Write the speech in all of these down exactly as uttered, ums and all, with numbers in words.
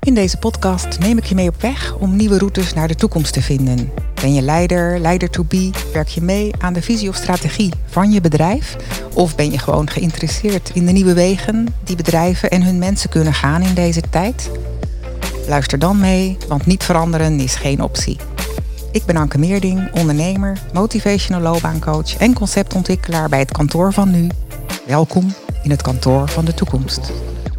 in deze podcast neem ik je mee op weg om nieuwe routes naar de toekomst te vinden. Ben je leider, leider to be? Werk je mee aan de visie of strategie van je bedrijf? Of ben je gewoon geïnteresseerd in de nieuwe wegen die bedrijven en hun mensen kunnen gaan in deze tijd? Luister dan mee, want niet veranderen is geen optie. Ik ben Anke Meerding, ondernemer, motivational loopbaancoach en conceptontwikkelaar bij het kantoor van nu. Welkom in het kantoor van de toekomst.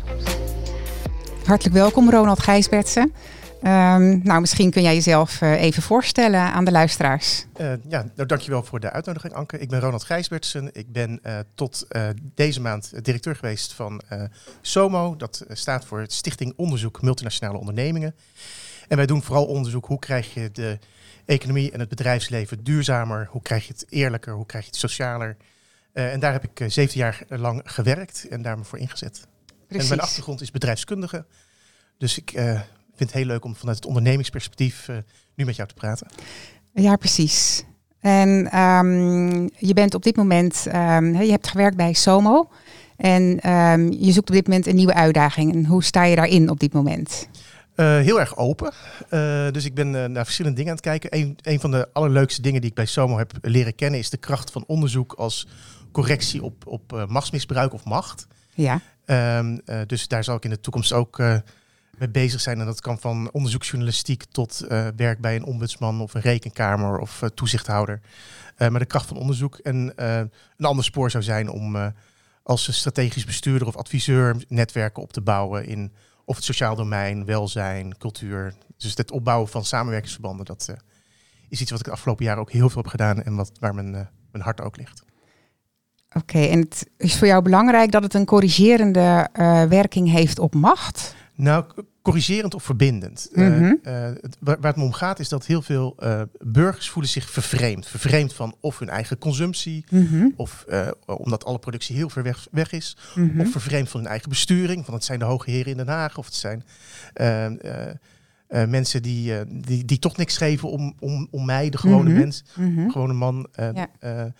Hartelijk welkom, Ronald Gijsbertsen. Um, nou, misschien kun jij jezelf uh, even voorstellen aan de luisteraars. Uh, ja, nou dankjewel voor de uitnodiging, Anke. Ik ben Ronald Gijsbertsen. Ik ben uh, tot uh, deze maand directeur geweest van uh, SOMO. Dat uh, staat voor Stichting Onderzoek Multinationale Ondernemingen. En wij doen vooral onderzoek hoe krijg je de economie en het bedrijfsleven duurzamer, hoe krijg je het eerlijker, hoe krijg je het socialer. Uh, en daar heb ik uh, zeventien jaar lang gewerkt en daar me voor ingezet. Precies. En mijn achtergrond is bedrijfskundige. Dus ik uh, vind het heel leuk om vanuit het ondernemingsperspectief uh, nu met jou te praten. Ja, precies. En um, je bent op dit moment, um, je hebt gewerkt bij SOMO. En um, je zoekt op dit moment een nieuwe uitdaging. En hoe sta je daarin op dit moment? Uh, heel erg open. Uh, dus ik ben uh, naar verschillende dingen aan het kijken. Een, een van de allerleukste dingen die ik bij SOMO heb leren kennen is de kracht van onderzoek als correctie op, op uh, machtsmisbruik of macht. Ja. Um, uh, dus daar zal ik in de toekomst ook uh, mee bezig zijn. En dat kan van onderzoeksjournalistiek tot uh, werk bij een ombudsman of een rekenkamer of uh, toezichthouder. Uh, maar de kracht van onderzoek. En uh, een ander spoor zou zijn om uh, als strategisch bestuurder of adviseur netwerken op te bouwen in of het sociaal domein, welzijn, cultuur. Dus het opbouwen van samenwerkingsverbanden, dat uh, is iets wat ik de afgelopen jaren ook heel veel heb gedaan en wat, waar mijn, uh, mijn hart ook ligt. Oké, okay, en het is voor jou belangrijk dat het een corrigerende uh, werking heeft op macht? Nou, corrigerend of verbindend. Mm-hmm. Uh, uh, het, waar, waar het me om gaat is dat heel veel uh, burgers voelen zich vervreemd. Vervreemd van of hun eigen consumptie, mm-hmm. of uh, omdat alle productie heel ver weg, weg is. Mm-hmm. Of vervreemd van hun eigen besturing. Van het zijn de hoge heren in Den Haag. Of het zijn uh, uh, uh, mensen die, uh, die, die toch niks geven om, om, om mij, de gewone mm-hmm. mens. Mm-hmm. Gewone man. Uh, ja.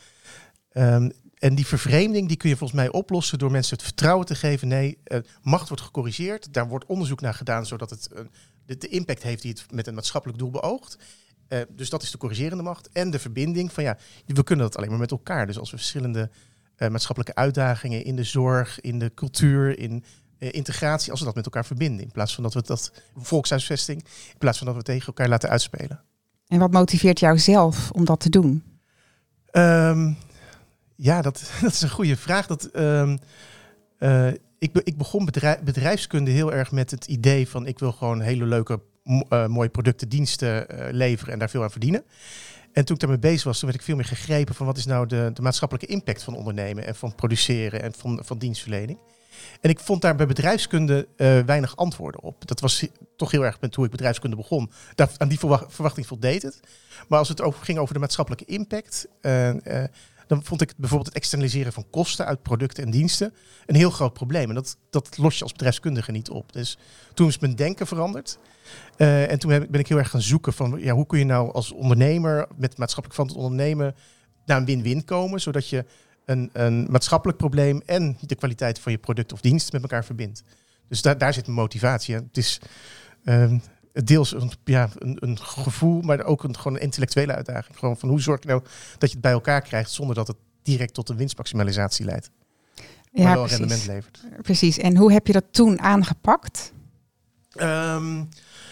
uh, um, En die vervreemding die kun je volgens mij oplossen door mensen het vertrouwen te geven. Nee, uh, macht wordt gecorrigeerd. Daar wordt onderzoek naar gedaan zodat het uh, de, de impact heeft die het met een maatschappelijk doel beoogt. Uh, dus dat is de corrigerende macht. En de verbinding van ja, we kunnen dat alleen maar met elkaar. Dus als we verschillende uh, maatschappelijke uitdagingen in de zorg, in de cultuur, in uh, integratie, als we dat met elkaar verbinden. In plaats van dat we dat volkshuisvesting, in plaats van dat we tegen elkaar laten uitspelen. En wat motiveert jou zelf om dat te doen? Um, Ja, dat, dat is een goede vraag. Dat, uh, uh, ik, be, ik begon bedrijf, bedrijfskunde heel erg met het idee van ik wil gewoon hele leuke, uh, mooie producten, diensten uh, leveren en daar veel aan verdienen. En toen ik daarmee bezig was, toen werd ik veel meer gegrepen van wat is nou de, de maatschappelijke impact van ondernemen en van produceren en van, van dienstverlening. En ik vond daar bij bedrijfskunde uh, weinig antwoorden op. Dat was toch heel erg met hoe ik bedrijfskunde begon. Daar, aan die verwachting voldeed het. Maar als het over, ging over de maatschappelijke impact, Uh, uh, dan vond ik bijvoorbeeld het externaliseren van kosten uit producten en diensten een heel groot probleem. En dat, dat los je als bedrijfskundige niet op. Dus toen is mijn denken veranderd. Uh, en toen heb, ben ik heel erg gaan zoeken van ja, hoe kun je nou als ondernemer met maatschappelijk verantwoord ondernemen naar een win-win komen, zodat je een, een maatschappelijk probleem en de kwaliteit van je product of dienst met elkaar verbindt. Dus daar, daar zit mijn motivatie. Het is uh, deels een, ja, een, een gevoel, maar ook een, gewoon een intellectuele uitdaging. Gewoon van hoe zorg je nou dat je het bij elkaar krijgt zonder dat het direct tot een winstmaximalisatie leidt. Maar ja, wel een precies. rendement levert. Precies. En hoe heb je dat toen aangepakt? Um,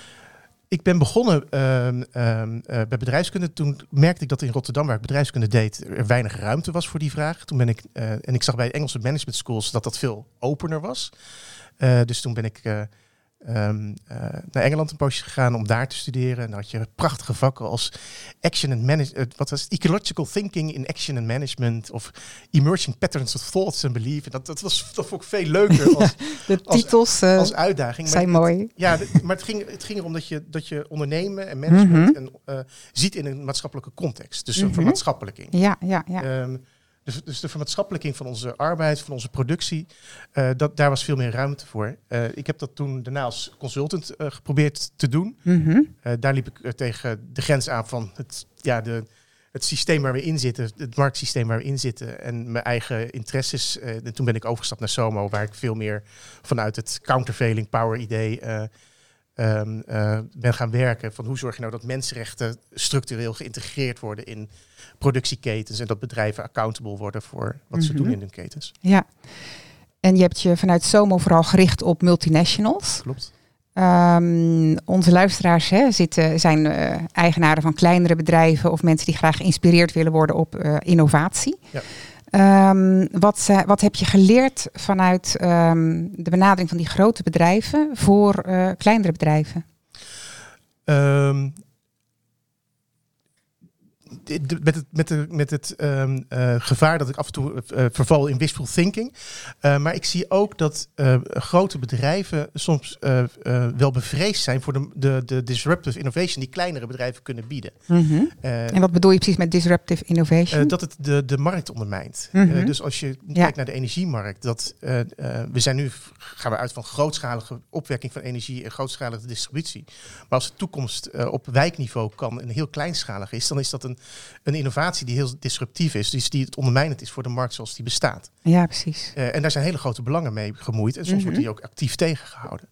ik ben begonnen uh, um, uh, bij bedrijfskunde. Toen merkte ik dat in Rotterdam, waar ik bedrijfskunde deed, er weinig ruimte was voor die vraag. Toen ben ik, uh, en ik zag bij Engelse management schools dat dat veel opener was. Uh, dus toen ben ik Uh, Um, uh, naar Engeland een poosje gegaan om daar te studeren. En dan had je prachtige vakken als action and management, uh, wat was het? Ecological thinking in action and management of emerging patterns of thoughts and belief. En dat, dat was dat vond ik veel leuker als, ja, de als, titels uh, als uitdaging. Zijn maar mooi. Het, ja, de, maar het ging, het ging erom dat je, dat je ondernemen en management mm-hmm. en, uh, ziet in een maatschappelijke context. Dus mm-hmm. een vermaatschappelijking. Ja, ja, ja. Um, Dus, dus de vermaatschappelijking van onze arbeid, van onze productie, uh, dat, daar was veel meer ruimte voor. Uh, ik heb dat toen daarna als consultant uh, geprobeerd te doen. Mm-hmm. Uh, daar liep ik uh, tegen de grens aan van het, ja, de, het systeem waar we in zitten, het marktsysteem waar we in zitten en mijn eigen interesses. Uh, en toen ben ik overgestapt naar SOMO, waar ik veel meer vanuit het countervailing power idee uh, um, uh, ben gaan werken. Van hoe zorg je nou dat mensenrechten structureel geïntegreerd worden in productieketens en dat bedrijven accountable worden voor wat mm-hmm. ze doen in hun ketens. Ja, en je hebt je vanuit SOMO vooral gericht op multinationals. Klopt. Um, onze luisteraars hè, zitten, zijn uh, eigenaren van kleinere bedrijven of mensen die graag geïnspireerd willen worden op uh, innovatie. Ja. Um, wat, uh, wat heb je geleerd vanuit um, de benadering van die grote bedrijven voor uh, kleinere bedrijven? Um, de, de, met het, met de, met het um, uh, gevaar dat ik af en toe uh, verval in wishful thinking. Uh, maar ik zie ook dat uh, grote bedrijven soms uh, uh, wel bevreesd zijn voor de, de, de disruptive innovation die kleinere bedrijven kunnen bieden. Mm-hmm. Uh, en wat bedoel je precies met disruptive innovation? Uh, dat het de, de markt ondermijnt. Mm-hmm. Uh, dus als je ja. kijkt naar de energiemarkt, dat uh, uh, we zijn nu gaan we uit van grootschalige opwekking van energie en grootschalige distributie. Maar als de toekomst uh, op wijkniveau kan en heel kleinschalig is, dan is dat een Een innovatie die heel disruptief is, dus die het ondermijnend is voor de markt zoals die bestaat. Ja, precies. Uh, en daar zijn hele grote belangen mee gemoeid en soms mm-hmm. wordt die ook actief tegengehouden.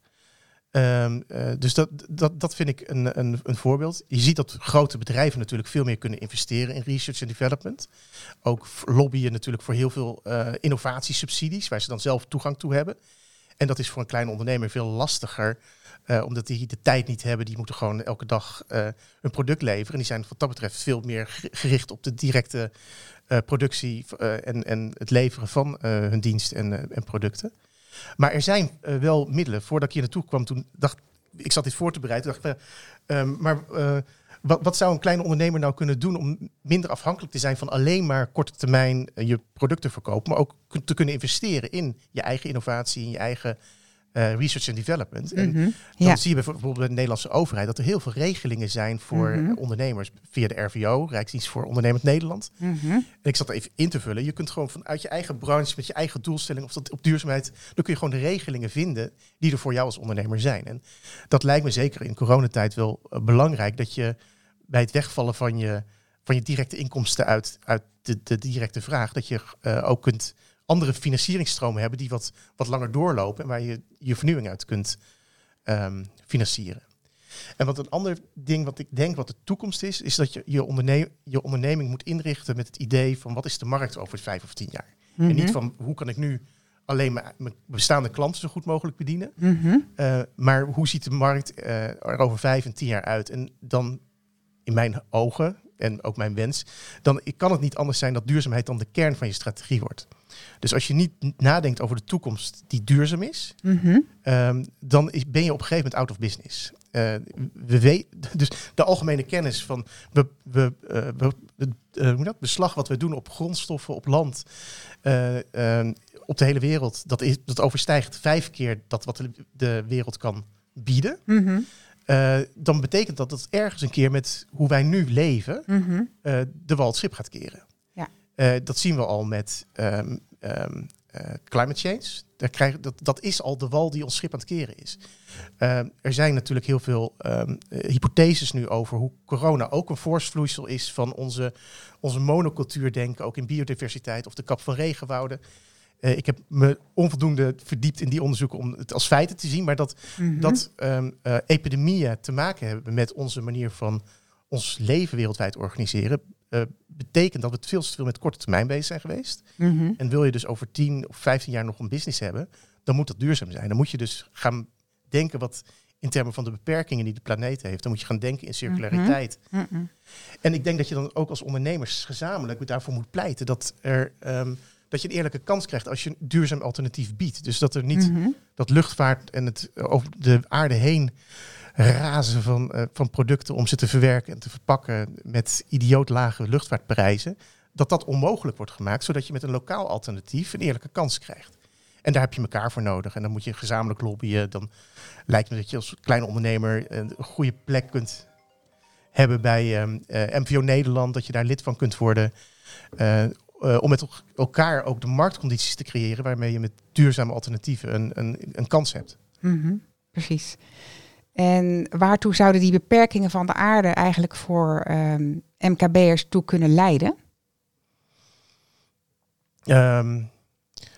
Um, uh, dus dat, dat, dat vind ik een, een, een voorbeeld. Je ziet dat grote bedrijven natuurlijk veel meer kunnen investeren in research en development. Ook lobbyen natuurlijk voor heel veel uh, innovatiesubsidies, waar ze dan zelf toegang toe hebben. En dat is voor een kleine ondernemer veel lastiger. Uh, omdat die de tijd niet hebben. Die moeten gewoon elke dag uh, hun product leveren. En die zijn wat dat betreft veel meer gericht op de directe uh, productie uh, en, en het leveren van uh, hun dienst en, uh, en producten. Maar er zijn uh, wel middelen. Voordat ik hier naartoe kwam, toen dacht ik, zat dit voor te bereiden. Dacht ik, uh, um, maar uh, wat, wat zou een kleine ondernemer nou kunnen doen om minder afhankelijk te zijn van alleen maar korte termijn uh, je producten verkopen, maar ook te kunnen investeren in je eigen innovatie, in je eigen Uh, research and development. Mm-hmm. En dan ja. zie je bijvoorbeeld bij de Nederlandse overheid dat er heel veel regelingen zijn voor mm-hmm. ondernemers via de R V O, Rijksdienst voor Ondernemend Nederland. Mm-hmm. En ik zat er even in te vullen. Je kunt gewoon vanuit je eigen branche met je eigen doelstelling of dat op duurzaamheid, dan kun je gewoon de regelingen vinden die er voor jou als ondernemer zijn. En dat lijkt me zeker in coronatijd wel uh, belangrijk, dat je bij het wegvallen van je, van je directe inkomsten uit, uit de, de directe vraag, dat je uh, ook kunt andere financieringstromen hebben die wat, wat langer doorlopen en waar je je vernieuwing uit kunt um, financieren. En wat een ander ding wat ik denk wat de toekomst is, is dat je je, onderne- je onderneming moet inrichten met het idee van wat is de markt over vijf of tien jaar. Mm-hmm. En niet van hoe kan ik nu alleen mijn, mijn bestaande klanten zo goed mogelijk bedienen. Mm-hmm. Uh, maar hoe ziet de markt uh, er over vijf en tien jaar uit? En dan in mijn ogen en ook mijn wens, dan kan het niet anders zijn dat duurzaamheid dan de kern van je strategie wordt. Dus als je niet nadenkt over de toekomst die duurzaam is, mm-hmm. um, dan is, ben je op een gegeven moment out of business. Uh, we weet, dus de algemene kennis van we, we, uh, we, uh, hoe dat, beslag wat we doen op grondstoffen, op land, uh, uh, op de hele wereld, dat, is, dat overstijgt vijf keer dat wat de, de wereld kan bieden. Mm-hmm. Uh, dan betekent dat dat ergens een keer met hoe wij nu leven, mm-hmm. uh, de wal het schip gaat keren. Ja. Uh, dat zien we al met um, um, uh, climate change. Daar krijg, dat, dat is al de wal die ons schip aan het keren is. Uh, er zijn natuurlijk heel veel um, uh, hypotheses nu over hoe corona ook een voortvloeisel is van onze, onze monocultuurdenken, ook in biodiversiteit of de kap van regenwouden. Uh, ik heb me onvoldoende verdiept in die onderzoeken om het als feiten te zien, maar dat, mm-hmm. dat um, uh, epidemieën te maken hebben met onze manier van ons leven wereldwijd organiseren, uh, betekent dat we veel te veel met korte termijn bezig zijn geweest. Mm-hmm. En wil je dus over tien of vijftien jaar nog een business hebben, dan moet dat duurzaam zijn. Dan moet je dus gaan denken wat in termen van de beperkingen die de planeet heeft. Dan moet je gaan denken in circulariteit. Mm-hmm. En ik denk dat je dan ook als ondernemers gezamenlijk daarvoor moet pleiten dat er Um, dat je een eerlijke kans krijgt als je een duurzaam alternatief biedt. Dus dat er niet mm-hmm. dat luchtvaart en het over de aarde heen razen van, uh, van producten om ze te verwerken en te verpakken met idioot lage luchtvaartprijzen, dat dat onmogelijk wordt gemaakt, zodat je met een lokaal alternatief een eerlijke kans krijgt. En daar heb je elkaar voor nodig. En dan moet je gezamenlijk lobbyen. Dan lijkt me dat je als kleine ondernemer een goede plek kunt hebben bij um, uh, M V O Nederland, dat je daar lid van kunt worden. Uh, Uh, om met elkaar ook de marktcondities te creëren waarmee je met duurzame alternatieven een, een, een kans hebt. Mm-hmm, precies. En waartoe zouden die beperkingen van de aarde eigenlijk voor um, M K B'ers toe kunnen leiden? Um,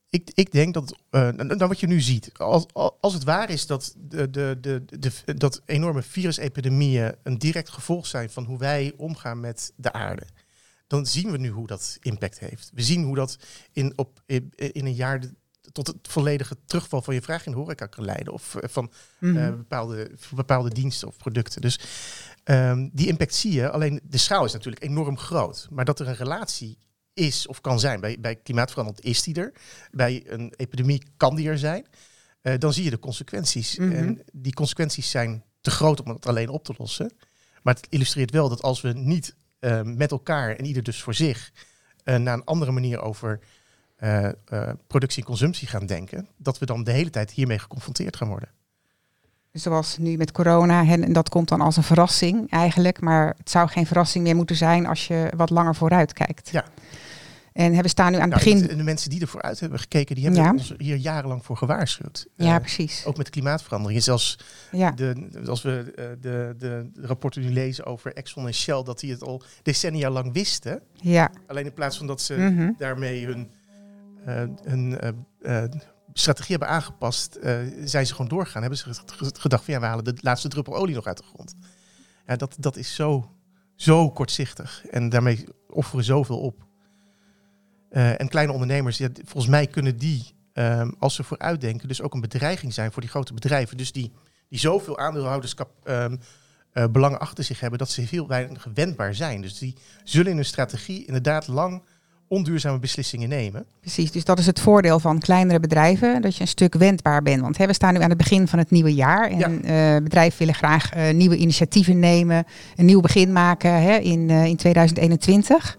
ik, ik denk dat, uh, nou, wat je nu ziet, als, als het waar is dat, de, de, de, de, dat enorme virusepidemieën een direct gevolg zijn van hoe wij omgaan met de aarde, dan zien we nu hoe dat impact heeft. We zien hoe dat in, op, in, in een jaar de, tot het volledige terugval van je vraag in de horeca kan leiden. Of uh, van mm-hmm. uh, bepaalde, bepaalde diensten of producten. Dus um, die impact zie je. Alleen de schaal is natuurlijk enorm groot. Maar dat er een relatie is of kan zijn. Bij, bij klimaatverandering is die er. Bij een epidemie kan die er zijn. Uh, dan zie je de consequenties. Mm-hmm. En die consequenties zijn te groot om het alleen op te lossen. Maar het illustreert wel dat als we niet uh, met elkaar en ieder dus voor zich uh, naar een andere manier over uh, uh, productie en consumptie gaan denken, dat we dan de hele tijd hiermee geconfronteerd gaan worden. Zoals nu met corona, en dat komt dan als een verrassing eigenlijk. Maar het zou geen verrassing meer moeten zijn als je wat langer vooruit kijkt. Ja. En we staan nu aan het nou, begin. De, de mensen die er vooruit hebben gekeken, die hebben ja. ons hier jarenlang voor gewaarschuwd. Ja, uh, precies. Ook met klimaatverandering. Zelfs ja. de, als we uh, de, de, de rapporten nu lezen over Exxon en Shell, dat die het al decennia lang wisten. Ja. Alleen in plaats van dat ze mm-hmm. daarmee hun, uh, hun uh, uh, strategie hebben aangepast, uh, zijn ze gewoon doorgegaan. Hebben ze gedacht van ja, we halen de laatste druppel olie nog uit de grond. Ja, dat, dat is zo, zo kortzichtig. En daarmee offeren zoveel op. Uh, en kleine ondernemers, ja, volgens mij kunnen die, um, als ze vooruitdenken, dus ook een bedreiging zijn voor die grote bedrijven. Dus die, die zoveel aandeelhouderskap um, uh, belangen achter zich hebben, dat ze heel weinig wendbaar zijn. Dus die zullen in hun strategie inderdaad lang onduurzame beslissingen nemen. Precies, dus dat is het voordeel van kleinere bedrijven, dat je een stuk wendbaar bent. Want hè, we staan nu aan het begin van het nieuwe jaar. En ja. uh, bedrijven willen graag uh, nieuwe initiatieven nemen, een nieuw begin maken hè, in, uh, in tweeduizend eenentwintig.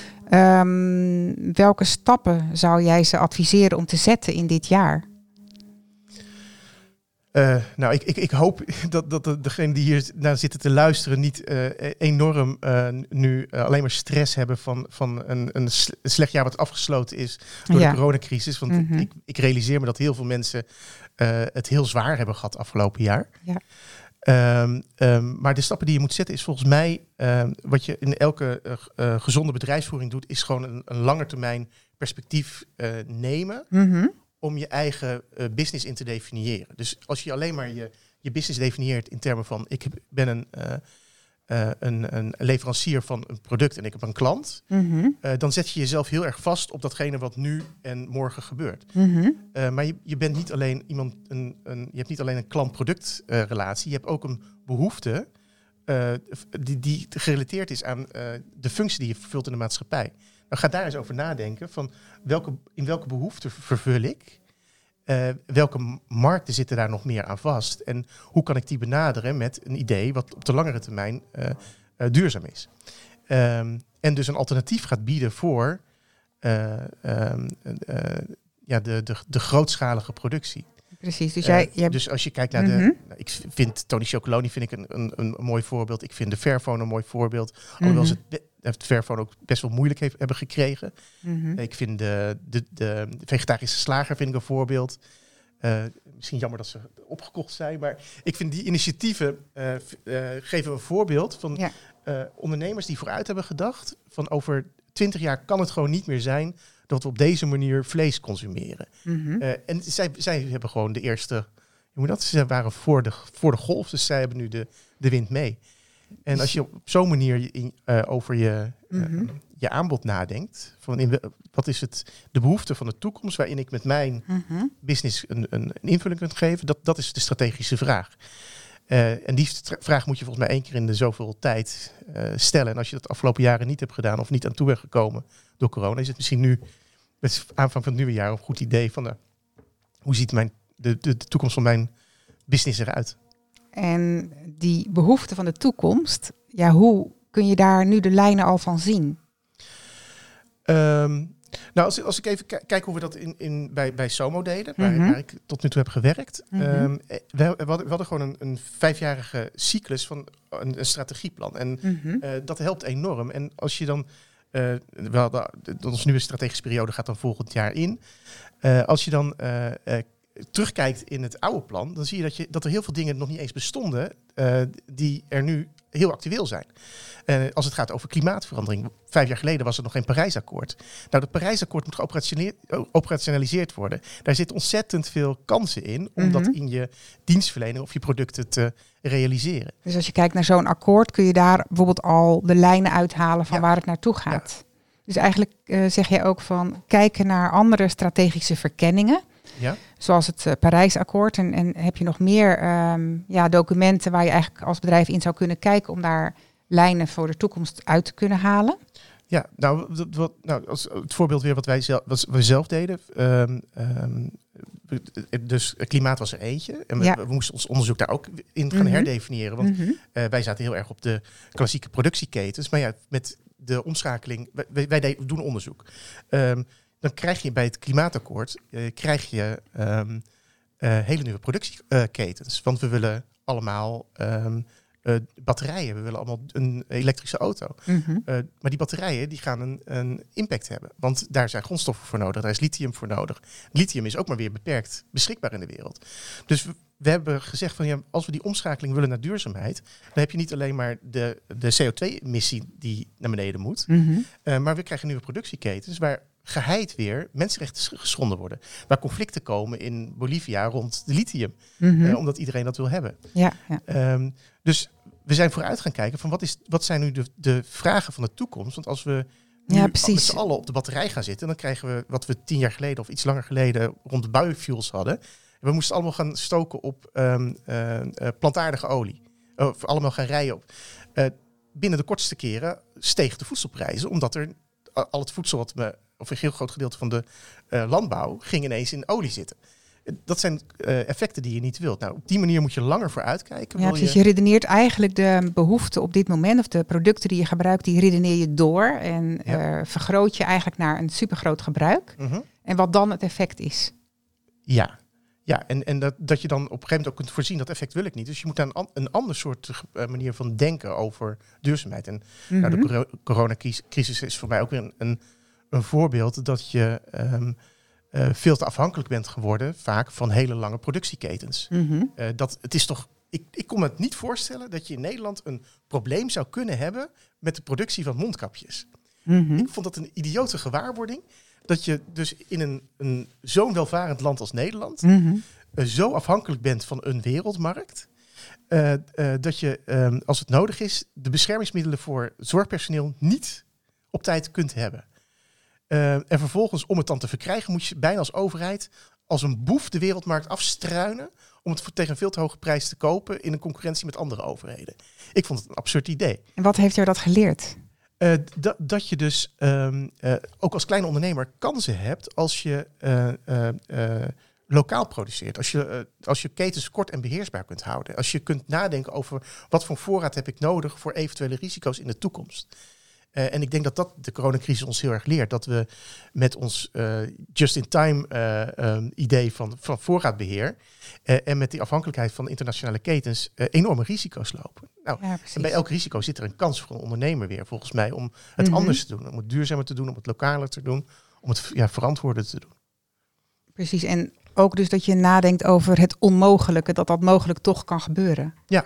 Um, welke stappen zou jij ze adviseren om te zetten in dit jaar? Uh, nou, ik, ik, ik hoop dat, dat de, degenen die hier naar zitten te luisteren niet uh, enorm uh, nu uh, alleen maar stress hebben van, van een, een slecht jaar wat afgesloten is door ja. de coronacrisis. Want mm-hmm. ik, ik realiseer me dat heel veel mensen uh, het heel zwaar hebben gehad afgelopen jaar. Ja. Um, um, maar de stappen die je moet zetten is volgens mij, um, wat je in elke uh, uh, gezonde bedrijfsvoering doet, is gewoon een, een langetermijn perspectief uh, nemen mm-hmm. om je eigen uh, business in te definiëren. Dus als je alleen maar je, je business definieert in termen van ik ben een, uh, uh, een, een leverancier van een product en ik heb een klant, mm-hmm. uh, dan zet je jezelf heel erg vast op datgene wat nu en morgen gebeurt. Mm-hmm. Uh, maar je, je bent niet alleen iemand, een, een, je hebt niet alleen een klant-product uh, relatie, je hebt ook een behoefte uh, die, die gerelateerd is aan uh, de functie die je vervult in de maatschappij. Nou, ga daar eens over nadenken van welke, in welke behoefte vervul ik? Uh, welke markten zitten daar nog meer aan vast? En hoe kan ik die benaderen met een idee wat op de langere termijn uh, uh, duurzaam is? Um, en dus een alternatief gaat bieden voor uh, um, uh, ja, de, de, de grootschalige productie. Precies. Dus, jij, uh, jij... dus als je kijkt naar mm-hmm. de... Nou, ik vind Tony Chocolonely vind ik een, een, een mooi voorbeeld. Ik vind de Fairphone een mooi voorbeeld. Mm-hmm. Alhoewel ze het, het Fairphone ook best wel moeilijk heeft, hebben gekregen. Mm-hmm. Ik vind de, de, de vegetarische slager vind ik een voorbeeld. Uh, misschien jammer dat ze opgekocht zijn. Maar ik vind die initiatieven uh, uh, geven een voorbeeld van ja. uh, ondernemers die vooruit hebben gedacht. Van over twintig jaar kan het gewoon niet meer zijn dat we op deze manier vlees consumeren. Mm-hmm. Uh, en zij, zij hebben gewoon de eerste... Hoe moet dat? Ze waren voor de, voor de golf, dus zij hebben nu de, de wind mee. En als je op zo'n manier in, uh, over je, uh, mm-hmm. je aanbod nadenkt, van in, wat is het, de behoefte van de toekomst, waarin ik met mijn mm-hmm. business een, een, een invulling kunt geven, dat, dat is de strategische vraag. Uh, en die stra- vraag moet je volgens mij één keer in de zoveel tijd uh, stellen. En als je dat de afgelopen jaren niet hebt gedaan of niet aan toe bent gekomen door corona, is het misschien nu, met aanvang van het nieuwe jaar, een goed idee van uh, hoe ziet mijn, de, de, de toekomst van mijn business eruit? En die behoefte van de toekomst, ja, hoe kun je daar nu de lijnen al van zien? Um, nou, als, als ik even k- kijk hoe we dat in, in, bij, bij SOMO deden, waar, mm-hmm. waar ik tot nu toe heb gewerkt. Mm-hmm. Um, we, we, hadden, we hadden gewoon een, een vijfjarige cyclus van een, een strategieplan. En mm-hmm. uh, dat helpt enorm. En als je dan, uh, we hadden, onze nieuwe strategische periode gaat dan volgend jaar in. Uh, als je dan uh, uh, terugkijkt in het oude plan, dan zie je dat, je dat er heel veel dingen nog niet eens bestonden, uh, die er nu heel actueel zijn. Uh, als het gaat over klimaatverandering. Vijf jaar geleden was er nog geen Parijsakkoord. Nou, dat Parijsakkoord moet geoperationaliseerd worden. Daar zit ontzettend veel kansen in om mm-hmm. dat in je dienstverlening of je producten te realiseren. Dus als je kijkt naar zo'n akkoord, kun je daar bijvoorbeeld al de lijnen uithalen van ja. waar het naartoe gaat. Ja. Dus eigenlijk uh, zeg je ook van kijken naar andere strategische verkenningen. Ja. Zoals het uh, Parijsakkoord. En, en heb je nog meer um, ja, documenten waar je eigenlijk als bedrijf in zou kunnen kijken om daar lijnen voor de toekomst uit te kunnen halen? Ja, nou, wat, wat, nou als het voorbeeld weer wat wij zelf, wat wij zelf deden. Um, um, dus klimaat was er eentje. En we, ja. we moesten ons onderzoek daar ook in gaan mm-hmm. herdefiniëren. Want mm-hmm. uh, wij zaten heel erg op de klassieke productieketens. Maar ja, met de omschakeling, wij, wij de, doen onderzoek. Um, dan krijg je bij het klimaatakkoord uh, krijg je um, uh, hele nieuwe productieketens. Uh, Want we willen allemaal um, uh, batterijen. We willen allemaal een elektrische auto. Mm-hmm. Uh, maar die batterijen die gaan een, een impact hebben. Want daar zijn grondstoffen voor nodig. Daar is lithium voor nodig. Lithium is ook maar weer beperkt beschikbaar in de wereld. Dus we, we hebben gezegd van ja, als we die omschakeling willen naar duurzaamheid, dan heb je niet alleen maar de, de C O twee emissie die naar beneden moet. Mm-hmm. Uh, maar we krijgen nieuwe productieketens waar geheid weer mensenrechten geschonden worden. Waar conflicten komen in Bolivia rond de lithium. Mm-hmm. Uh, omdat iedereen dat wil hebben. Ja, ja. Um, dus we zijn vooruit gaan kijken van wat, is, wat zijn nu de, de vragen van de toekomst. Want als we nu ja, met z'n allen op de batterij gaan zitten, dan krijgen we wat we tien jaar geleden of iets langer geleden rond de biofuels hadden. We moesten allemaal gaan stoken op um, uh, uh, plantaardige olie. Of allemaal gaan rijden op. Uh, binnen de kortste keren steeg de voedselprijzen, omdat er al het voedsel wat we of een heel groot gedeelte van de uh, landbouw ging ineens in olie zitten. Dat zijn uh, effecten die je niet wilt. Nou, op die manier moet je langer voor uitkijken. Ja, precies. Je... je redeneert eigenlijk de behoeften op dit moment, of de producten die je gebruikt, die redeneer je door en ja. uh, vergroot je eigenlijk naar een supergroot gebruik. Uh-huh. En wat dan het effect is. Ja, ja en, en dat, dat je dan op een gegeven moment ook kunt voorzien, dat effect wil ik niet. Dus je moet daar een, een ander soort uh, manier van denken over duurzaamheid. En uh-huh. nou, de cor- coronacrisis is voor mij ook weer een, een Een voorbeeld dat je um, uh, veel te afhankelijk bent geworden, vaak van hele lange productieketens. Mm-hmm. Uh, dat, het is toch, ik, ik kon me het niet voorstellen dat je in Nederland een probleem zou kunnen hebben met de productie van mondkapjes. Mm-hmm. Ik vond dat een idiote gewaarwording, dat je dus in een, een zo'n welvarend land als Nederland mm-hmm. uh, zo afhankelijk bent van een wereldmarkt, uh, uh, dat je, um, als het nodig is, de beschermingsmiddelen voor zorgpersoneel niet op tijd kunt hebben. Uh, en vervolgens, om het dan te verkrijgen, moet je bijna als overheid als een boef de wereldmarkt afstruinen om het tegen een veel te hoge prijs te kopen in een concurrentie met andere overheden. Ik vond het een absurd idee. En wat heeft jou dat geleerd? Uh, dat, dat je dus um, uh, ook als kleine ondernemer kansen hebt als je uh, uh, uh, lokaal produceert. Als je, uh, als je ketens kort en beheersbaar kunt houden. Als je kunt nadenken over wat voor voorraad heb ik nodig voor eventuele risico's in de toekomst. Uh, en ik denk dat dat de coronacrisis ons heel erg leert. Dat we met ons uh, just-in-time uh, um, idee van, van voorraadbeheer uh, en met die afhankelijkheid van internationale ketens uh, enorme risico's lopen. Nou, ja, en bij elk risico zit er een kans voor een ondernemer weer, volgens mij, om het mm-hmm. anders te doen. Om het duurzamer te doen, om het lokaler te doen, om het ja, verantwoorder te doen. Precies, en ook dus dat je nadenkt over het onmogelijke, dat dat mogelijk toch kan gebeuren. Ja,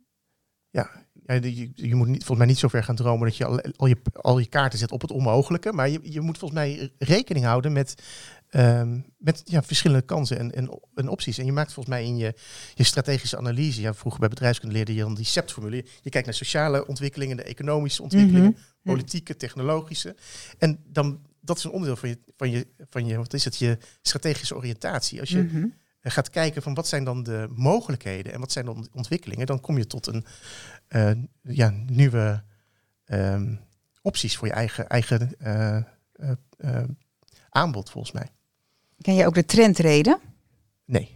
ja. Ja, je, je moet niet, volgens mij niet zo ver gaan dromen dat je al, al, je al je kaarten zet op het onmogelijke. Maar je, je moet volgens mij rekening houden met, um, met ja, verschillende kansen en, en, en opties. En je maakt volgens mij in je, je strategische analyse. Ja, vroeger bij bedrijfskunde leerde je dan die C E P T-formule. Je kijkt naar sociale ontwikkelingen, de economische ontwikkelingen, mm-hmm. politieke, technologische. En dan, dat is een onderdeel van je, van je, van je wat is het, je strategische oriëntatie. Als je mm-hmm. gaat kijken van wat zijn dan de mogelijkheden en wat zijn dan de ontwikkelingen, dan kom je tot een uh, ja, nieuwe um, opties voor je eigen, eigen uh, uh, uh, aanbod, volgens mij. Ken je ook de trendreden? Nee.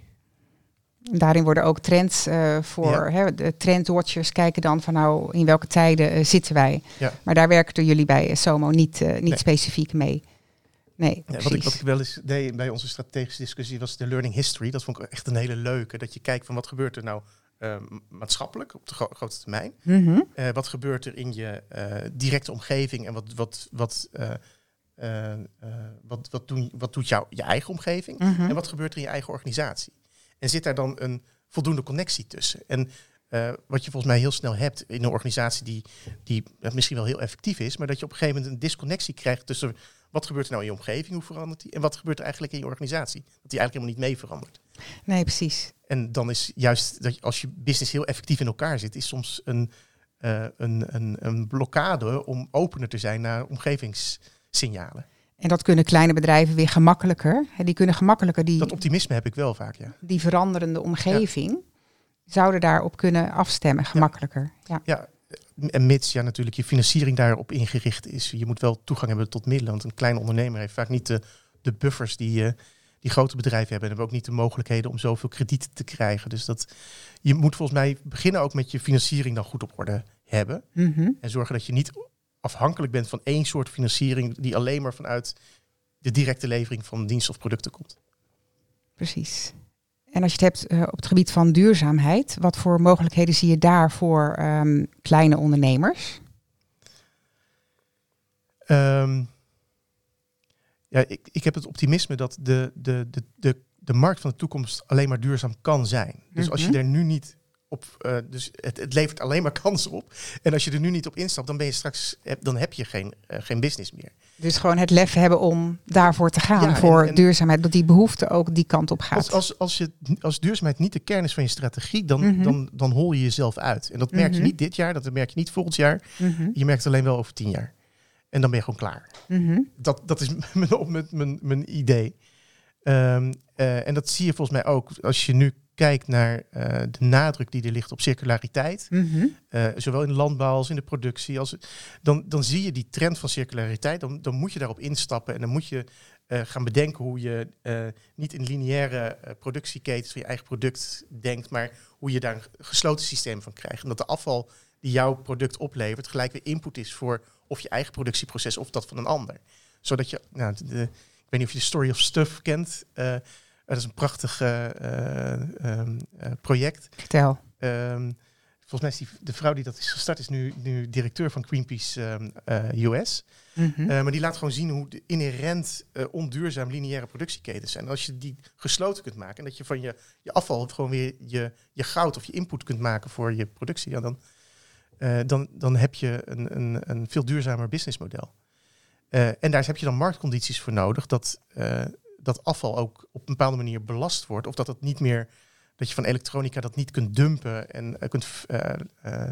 Daarin worden ook trends uh, voor, ja. hè, de trendwatchers kijken dan van nou in welke tijden uh, zitten wij. Ja. Maar daar werken jullie bij uh, SOMO niet, uh, niet nee. specifiek mee. Nee, ja, wat, ik, wat ik wel eens deed bij onze strategische discussie was de learning history. Dat vond ik echt een hele leuke. Dat je kijkt van wat gebeurt er nou uh, maatschappelijk op de gro- grote termijn. Mm-hmm. Uh, wat gebeurt er in je uh, directe omgeving en wat, wat, wat, uh, uh, uh, wat, wat, doen, wat doet jou, je eigen omgeving? Mm-hmm. En wat gebeurt er in je eigen organisatie? En zit daar dan een voldoende connectie tussen? En uh, wat je volgens mij heel snel hebt in een organisatie die, die misschien wel heel effectief is, maar dat je op een gegeven moment een disconnectie krijgt tussen wat gebeurt er nou in je omgeving, hoe verandert die, en wat gebeurt er eigenlijk in je organisatie. Dat die eigenlijk helemaal niet mee verandert. Nee, precies. En dan is juist, dat je, als je business heel effectief in elkaar zit, is soms een, uh, een, een, een blokkade om opener te zijn naar omgevingssignalen. En dat kunnen kleine bedrijven weer gemakkelijker. Die kunnen gemakkelijker die... Dat optimisme heb ik wel vaak, ja. Die veranderende omgeving ja. zouden daarop kunnen afstemmen, gemakkelijker. Ja. ja, ja. En mits ja, natuurlijk je financiering daarop ingericht is. Je moet wel toegang hebben tot middelen. Want een kleine ondernemer heeft vaak niet de, de buffers die, uh, die grote bedrijven hebben. En hebben ook niet de mogelijkheden om zoveel krediet te krijgen. Dus dat, je moet volgens mij beginnen ook met je financiering dan goed op orde hebben. Mm-hmm. En zorgen dat je niet afhankelijk bent van één soort financiering die alleen maar vanuit de directe levering van diensten of producten komt. Precies. En als je het hebt uh, op het gebied van duurzaamheid, wat voor mogelijkheden zie je daar voor um, kleine ondernemers? Um, ja, ik, ik heb het optimisme dat de, de, de, de, de markt van de toekomst alleen maar duurzaam kan zijn. Dus mm-hmm. als je er nu niet op, uh, dus het, het levert alleen maar kansen op. En als je er nu niet op instapt, dan ben je straks, dan heb je geen, uh, geen business meer. Dus gewoon het lef hebben om daarvoor te gaan, ja, voor en, en duurzaamheid, dat die behoefte ook die kant op gaat. Als, als, als, je, als duurzaamheid niet de kern is van je strategie, dan, mm-hmm. dan, dan hol je jezelf uit. En dat merk mm-hmm. je niet dit jaar, dat merk je niet volgend jaar. Mm-hmm. Je merkt het alleen wel over tien jaar. En dan ben je gewoon klaar. Mm-hmm. Dat, dat is mijn, mijn, mijn, mijn idee. Um, uh, en dat zie je volgens mij ook als je nu kijkt naar uh, de nadruk die er ligt op circulariteit. Mm-hmm. Uh, zowel in de landbouw als in de productie. Als, dan, dan zie je die trend van circulariteit. Dan, dan moet je daarop instappen. En dan moet je uh, gaan bedenken hoe je uh, niet in lineaire uh, productieketens van je eigen product denkt. Maar hoe je daar een gesloten systeem van krijgt. En dat de afval die jouw product oplevert gelijk weer input is voor of je eigen productieproces of dat van een ander. Zodat je, nou, de, de, ik weet niet of je de Story of Stuff kent. Uh, dat is een prachtig uh, uh, um, uh, project. Vertel. Um, volgens mij is die, de vrouw die dat is gestart is nu, nu directeur van Greenpeace um, uh, U S. Mm-hmm. Uh, maar die laat gewoon zien hoe de inherent uh, onduurzaam lineaire productieketens zijn. En als je die gesloten kunt maken en dat je van je, je afval gewoon weer je, je goud of je input kunt maken voor je productie, ja, dan, uh, dan, dan heb je een, een, een veel duurzamer businessmodel. Uh, en daar heb je dan marktcondities voor nodig dat, uh, dat afval ook op een bepaalde manier belast wordt. Of dat het niet meer, dat je van elektronica dat niet kunt dumpen en uh, kunt uh, uh,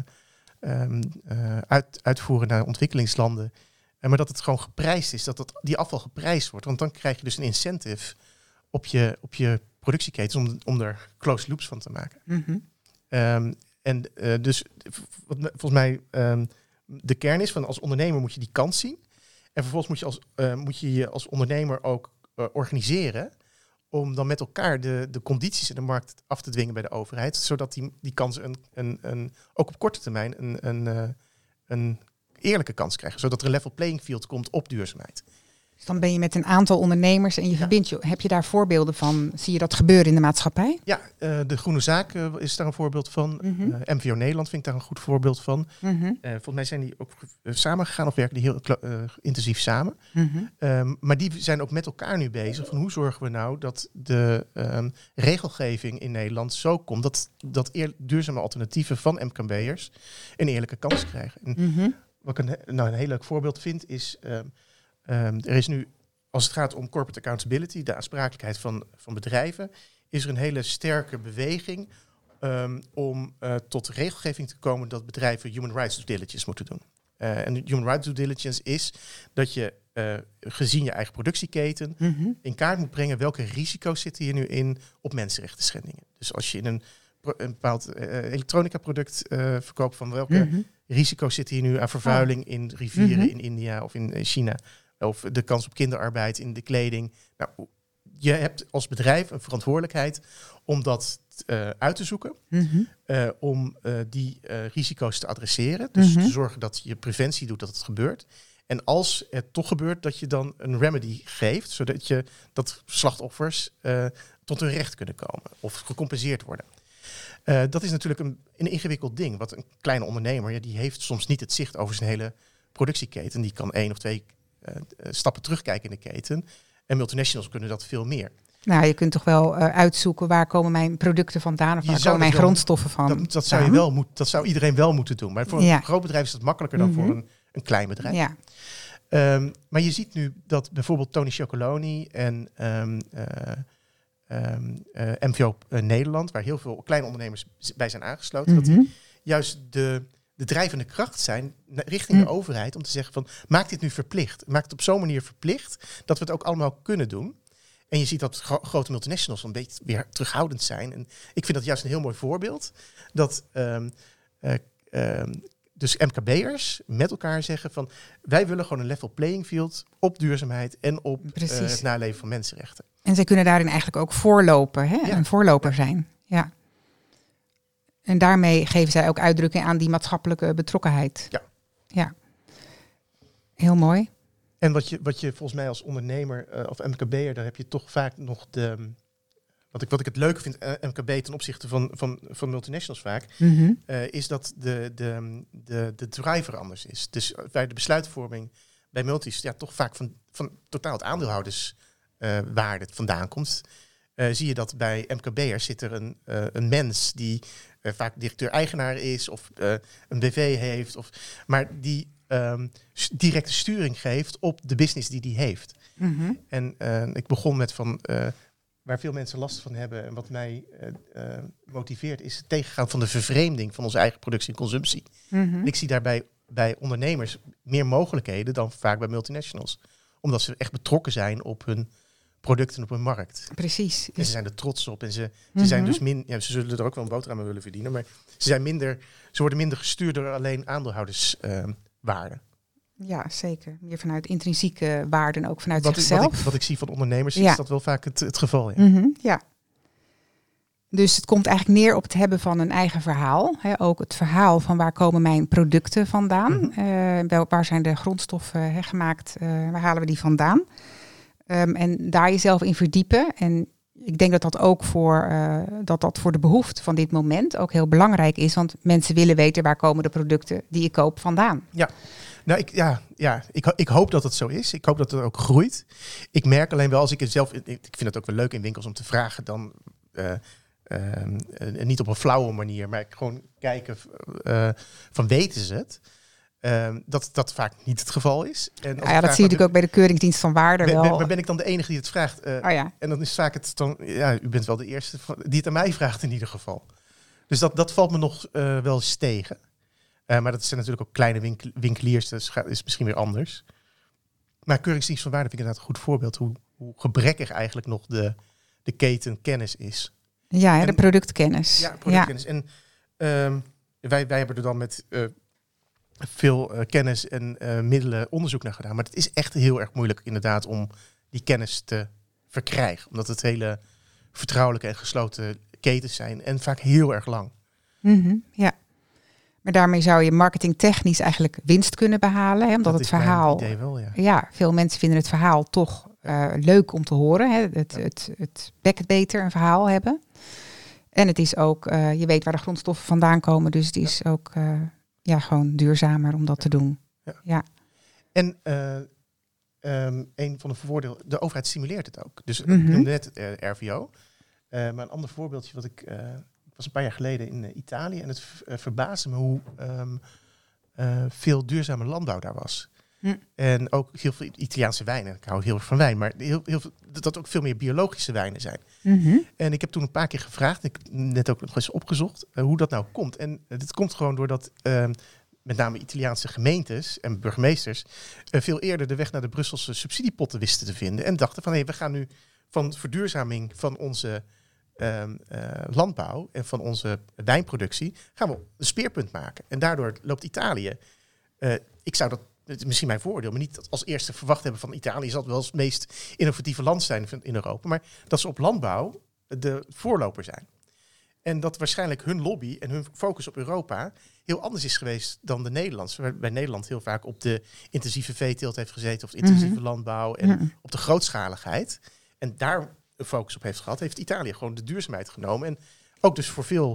um, uh, uit, uitvoeren naar ontwikkelingslanden. Uh, maar dat het gewoon geprijsd is, dat het, die afval geprijsd wordt. Want dan krijg je dus een incentive op je, op je productieketens om, om er closed loops van te maken. Mm-hmm. Um, en uh, dus wat volgens mij um, de kern is van als ondernemer moet je die kans zien. En vervolgens moet je als, uh, moet je, je als ondernemer ook uh, organiseren om dan met elkaar de, de condities in de markt af te dwingen bij de overheid, zodat die, die kansen een, een, een, ook op korte termijn een, een, uh, een eerlijke kans krijgen, zodat er een level playing field komt op duurzaamheid. Dus dan ben je met een aantal ondernemers en je ja. verbindt je. Heb je daar voorbeelden van? Zie je dat gebeuren in de maatschappij? Ja, uh, de Groene Zaak uh, is daar een voorbeeld van. Mm-hmm. Uh, M V O Nederland vind ik daar een goed voorbeeld van. Mm-hmm. Uh, volgens mij zijn die ook uh, samen gegaan of werken die heel uh, intensief samen. Mm-hmm. Um, maar die zijn ook met elkaar nu bezig van hoe zorgen we nou dat de um, regelgeving in Nederland zo komt dat, dat eer, duurzame alternatieven van M K B'ers een eerlijke kans krijgen. En Mm-hmm. wat ik een, nou, een heel leuk voorbeeld vind is, um, um, er is nu, als het gaat om corporate accountability, de aansprakelijkheid van, van bedrijven, is er een hele sterke beweging um, om uh, tot regelgeving te komen dat bedrijven human rights due diligence moeten doen. Uh, en human rights due diligence is dat je uh, gezien je eigen productieketen Mm-hmm. in kaart moet brengen welke risico's zitten hier nu in op mensenrechten schendingen. Dus als je in een, pro- een bepaald uh, elektronica product uh, verkoopt, van welke Mm-hmm. risico's zitten hier nu aan vervuiling oh. in rivieren Mm-hmm. in India of in China. Of de kans op kinderarbeid in de kleding. Nou, je hebt als bedrijf een verantwoordelijkheid om dat uh, uit te zoeken. Mm-hmm. Uh, om uh, die uh, risico's te adresseren. Dus Mm-hmm. te zorgen dat je preventie doet dat het gebeurt. En als het toch gebeurt, dat je dan een remedy geeft. Zodat je dat slachtoffers uh, tot hun recht kunnen komen. Of gecompenseerd worden. Uh, dat is natuurlijk een, een ingewikkeld ding. Want een kleine ondernemer, ja, die heeft soms niet het zicht over zijn hele productieketen. Die kan één of twee uh, stappen terugkijken in de keten. En multinationals kunnen dat veel meer. Nou, je kunt toch wel uh, uitzoeken waar komen mijn producten vandaan of waar komen mijn wel, grondstoffen van. Dat, dat, zou je wel moet, dat zou iedereen wel moeten doen. Maar voor ja. een groot bedrijf is dat makkelijker dan mm-hmm. voor een, een klein bedrijf. Ja. Um, maar je ziet nu dat bijvoorbeeld Tony Chocoloni en um, uh, um, uh, M V O uh, Nederland, waar heel veel kleine ondernemers bij zijn aangesloten, mm-hmm. dat die juist de, de drijvende kracht zijn richting mm. de overheid om te zeggen van maak dit nu verplicht. Maak het op zo'n manier verplicht dat we het ook allemaal kunnen doen. En je ziet dat gro- grote multinationals een beetje weer terughoudend zijn. En ik vind dat juist een heel mooi voorbeeld. Dat um, uh, um, dus M K B'ers met elkaar zeggen van wij willen gewoon een level playing field op duurzaamheid en op uh, het naleven van mensenrechten. En zij kunnen daarin eigenlijk ook voorlopen, hè? Ja. Een voorloper zijn. Ja. En daarmee geven zij ook uitdrukking aan die maatschappelijke betrokkenheid. Ja. Ja. Heel mooi. En wat je, wat je volgens mij als ondernemer uh, of M K B'er, daar heb je toch vaak nog de... Wat ik, wat ik het leuke vind, uh, M K B ten opzichte van, van, van multinationals vaak, mm-hmm. uh, is dat de, de, de, de driver anders is. Dus bij de besluitvorming bij multis ja, toch vaak van, van totaal het aandeelhouderswaarde uh, vandaan komt. Uh, zie je dat bij M K B'ers zit er een, uh, een mens die uh, vaak directeur-eigenaar is of uh, een B V heeft, of, maar die um, directe sturing geeft op de business die die heeft. Mm-hmm. En uh, ik begon met van... Uh, waar veel mensen last van hebben en wat mij uh, uh, motiveert, is het tegengaan van de vervreemding van onze eigen productie en consumptie. Mm-hmm. Ik zie daarbij bij ondernemers meer mogelijkheden dan vaak bij multinationals. Omdat ze echt betrokken zijn op hun producten en op hun markt. Precies. En ze zijn er trots op. En ze, mm-hmm. ze zijn dus min, ja, ze zullen er ook wel een boterham aan willen verdienen, maar ze zijn minder, ze worden minder gestuurd door alleen aandeelhouderswaarden. Uh, Ja, zeker. Meer vanuit intrinsieke waarden, ook vanuit wat zichzelf. Ik, wat, ik, wat ik zie van ondernemers ja. is dat wel vaak het, het geval. Ja. Mm-hmm, ja. Dus het komt eigenlijk neer op het hebben van een eigen verhaal. Hè, ook het verhaal van waar komen mijn producten vandaan? Mm-hmm. Uh, waar zijn de grondstoffen hè, gemaakt? Uh, waar halen we die vandaan? Um, en daar jezelf in verdiepen. En ik denk dat dat ook voor, uh, dat dat voor de behoefte van dit moment ook heel belangrijk is. Want mensen willen weten waar komen de producten die ik koop vandaan. Ja. Nou, ik, ja, ja ik, ik hoop dat het zo is. Ik hoop dat het ook groeit. Ik merk alleen wel, als ik het zelf... Ik vind het ook wel leuk in winkels om te vragen dan... Uh, uh, uh, niet op een flauwe manier, maar gewoon kijken uh, van weten ze het. Uh, dat dat vaak niet het geval is. En ja, ja dat zie je natuurlijk ook bij de Keuringsdienst van Waarde ben, wel. Ben, maar ben ik dan de enige die het vraagt? Uh, oh, ja. En dan is vaak het dan... Ja, u bent wel de eerste van, die het aan mij vraagt in ieder geval. Dus dat, dat valt me nog uh, wel eens tegen. Uh, maar dat zijn natuurlijk ook kleine winkel, winkeliers, dus is misschien weer anders. Maar Keuringsdienst van Waarde vind ik inderdaad een goed voorbeeld hoe, hoe gebrekkig eigenlijk nog de, de keten kennis is. Ja, en, de productkennis. Ja, productkennis. Ja. En um, wij, wij hebben er dan met uh, veel uh, kennis en uh, middelen onderzoek naar gedaan. Maar het is echt heel erg moeilijk inderdaad om die kennis te verkrijgen. Omdat het hele vertrouwelijke en gesloten ketens zijn en vaak heel erg lang. Mm-hmm, ja. Maar daarmee zou je marketingtechnisch eigenlijk winst kunnen behalen. Hè, omdat dat het verhaal. Idee wel, ja. ja, veel mensen vinden het verhaal toch uh, leuk om te horen. Hè. Het, ja. het, het bekt beter een verhaal hebben. En het is ook, uh, je weet waar de grondstoffen vandaan komen. Dus het is ja. ook uh, ja, gewoon duurzamer om dat ja. te doen. Ja. ja. En uh, um, een van de voordelen, de overheid stimuleert het ook. Dus mm-hmm. ik noemde net het uh, R V O. Uh, maar een ander voorbeeldje wat ik. Uh, was een paar jaar geleden in uh, Italië en het uh, verbaasde me hoe um, uh, veel duurzame landbouw daar was. Hm. En ook heel veel Italiaanse wijnen. Ik hou heel erg van wijn, maar heel, heel veel, dat ook veel meer biologische wijnen zijn. Mm-hmm. En ik heb toen een paar keer gevraagd, ik heb net ook nog eens opgezocht, uh, hoe dat nou komt. En uh, dit komt gewoon doordat uh, met name Italiaanse gemeentes en burgemeesters uh, veel eerder de weg naar de Brusselse subsidiepotten wisten te vinden. En dachten van, hé, hey, we gaan nu van verduurzaming van onze Uh, uh, landbouw en van onze wijnproductie gaan we een speerpunt maken. En daardoor loopt Italië. Uh, ik zou dat, het is misschien mijn voordeel, maar niet als eerste verwacht hebben van Italië zal het wel het meest innovatieve land zijn in Europa, maar dat ze op landbouw de voorloper zijn. En dat waarschijnlijk hun lobby en hun focus op Europa heel anders is geweest dan de Nederlandse. Waarbij Nederland heel vaak op de intensieve veeteelt heeft gezeten of de intensieve mm-hmm. landbouw en mm-hmm. op de grootschaligheid. En daar een focus op heeft gehad, heeft Italië gewoon de duurzaamheid genomen. En ook dus voor veel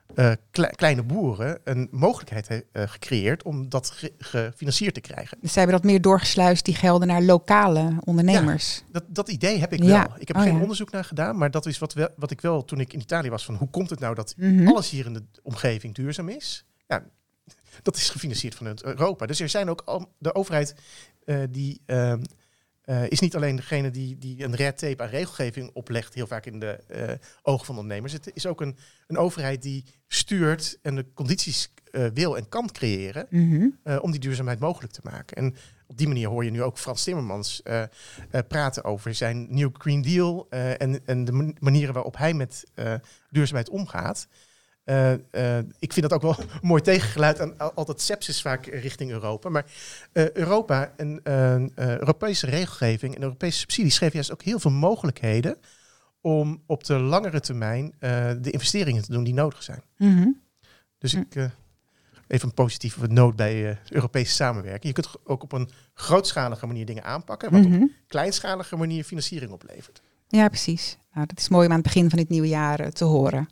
uh, kle- kleine boeren een mogelijkheid he- uh, gecreëerd om dat ge- gefinancierd te krijgen. Dus zij hebben dat meer doorgesluist, die gelden naar lokale ondernemers. Ja, dat, dat idee heb ik Ja. wel. Ik heb Oh, geen ja. onderzoek naar gedaan, maar dat is wat, wel, wat ik wel toen ik in Italië was, van hoe komt het nou dat Mm-hmm. alles hier in de omgeving duurzaam is? Ja, dat is gefinancierd vanuit Europa. Dus er zijn ook al, de overheid uh, die uh, uh, is niet alleen degene die, die een red tape aan regelgeving oplegt, heel vaak in de uh, ogen van ondernemers. Het is ook een, een overheid die stuurt en de condities uh, wil en kan creëren Mm-hmm. uh, om die duurzaamheid mogelijk te maken. En op die manier hoor je nu ook Frans Timmermans uh, uh, praten over zijn New Green Deal uh, en, en de man- manieren waarop hij met uh, duurzaamheid omgaat. Uh, uh, ik vind dat ook wel een mooi tegengeluid aan al, al dat sepsis vaak richting Europa. Maar uh, Europa en uh, uh, Europese regelgeving en Europese subsidies geven juist ook heel veel mogelijkheden om op de langere termijn uh, de investeringen te doen die nodig zijn. Mm-hmm. Dus ik... Uh, Even een positieve noot bij uh, Europese samenwerking. Je kunt ook op een grootschalige manier dingen aanpakken, wat Mm-hmm. op een kleinschalige manier financiering oplevert. Ja, precies. Nou, dat is mooi om aan het begin van dit nieuwe jaar uh, te horen.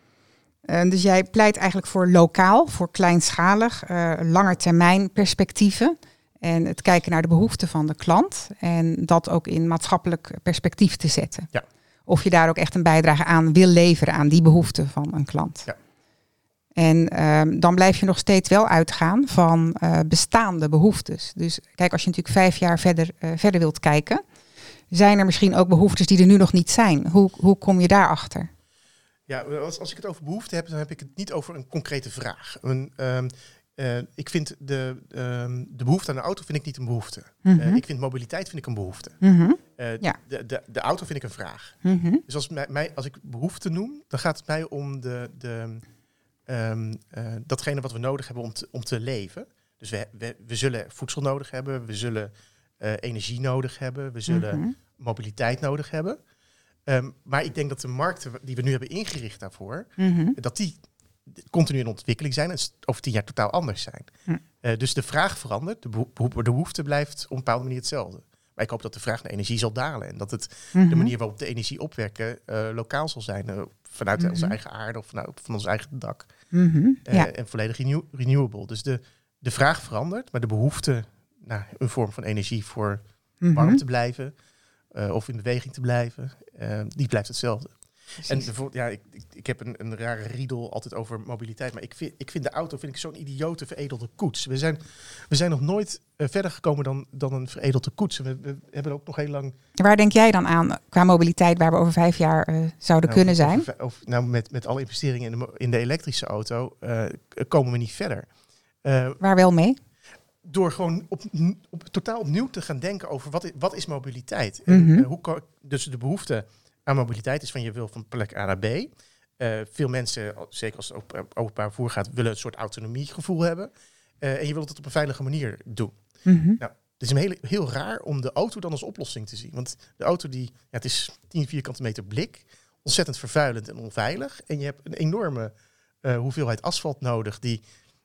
Uh, dus jij pleit eigenlijk voor lokaal, voor kleinschalig, uh, langetermijn perspectieven. En het kijken naar de behoeften van de klant. En dat ook in maatschappelijk perspectief te zetten. Ja. Of je daar ook echt een bijdrage aan wil leveren aan die behoeften van een klant. Ja. En um, dan blijf je nog steeds wel uitgaan van uh, bestaande behoeftes. Dus kijk, als je natuurlijk vijf jaar verder, uh, verder wilt kijken, zijn er misschien ook behoeftes die er nu nog niet zijn. Hoe, hoe kom je daarachter? Ja, als, als ik het over behoefte heb, dan heb ik het niet over een concrete vraag. Een, um, uh, ik vind de, um, de behoefte aan een auto vind ik niet een behoefte. Mm-hmm. Uh, ik vind mobiliteit vind ik een behoefte. Mm-hmm. Uh, Ja. de, de, de auto vind ik een vraag. Mm-hmm. Dus als, mij, mij, als ik behoefte noem, dan gaat het mij om de, de, um, uh, datgene wat we nodig hebben om te, om te leven. Dus we, we, we zullen voedsel nodig hebben, we zullen uh, energie nodig hebben, we zullen Mm-hmm. mobiliteit nodig hebben. Um, maar ik denk dat de markten die we nu hebben ingericht daarvoor, Mm-hmm. dat die continu in ontwikkeling zijn en over tien jaar totaal anders zijn. Hm. Uh, dus de vraag verandert, de, beho- de behoefte blijft op een bepaalde manier hetzelfde. Maar ik hoop dat de vraag naar energie zal dalen en dat het Mm-hmm. de manier waarop de energie opwekken uh, lokaal zal zijn, uh, vanuit Mhm. onze eigen aarde of vanuit, van ons eigen dak. Mm-hmm. Uh, Ja. En volledig renew- renewable. Dus de, de vraag verandert, maar de behoefte naar een vorm van energie voor Mm-hmm. warm te blijven uh, of in beweging te blijven, uh, die blijft hetzelfde. Precies. En bijvoorbeeld, ja, ik, ik, ik heb een, een rare riedel altijd over mobiliteit, maar ik vind, ik vind de auto vind ik zo'n idiote veredelde koets. We zijn, we zijn nog nooit uh, verder gekomen dan, dan een veredelde koets. We, we hebben ook nog heel lang... Waar denk jij dan aan qua mobiliteit waar we over vijf jaar uh, zouden nou, kunnen zijn? Of, of, nou, met, met alle investeringen in de, in de elektrische auto uh, komen we niet verder. Uh, Waar wel mee? Door gewoon op, op, totaal opnieuw te gaan denken over wat is, wat is mobiliteit. En, Mm-hmm. uh, hoe kan, dus de behoefte aan mobiliteit is van je wil van plek A naar B. Uh, veel mensen, zeker als het op openbaar vervoer gaat, willen een soort autonomiegevoel hebben. Uh, en je wilt het op een veilige manier doen. Mm-hmm. Nou, het is een heel, heel raar om de auto dan als oplossing te zien. Want de auto die, ja, het is tien vierkante meter blik, ontzettend vervuilend en onveilig. En je hebt een enorme uh, hoeveelheid asfalt nodig die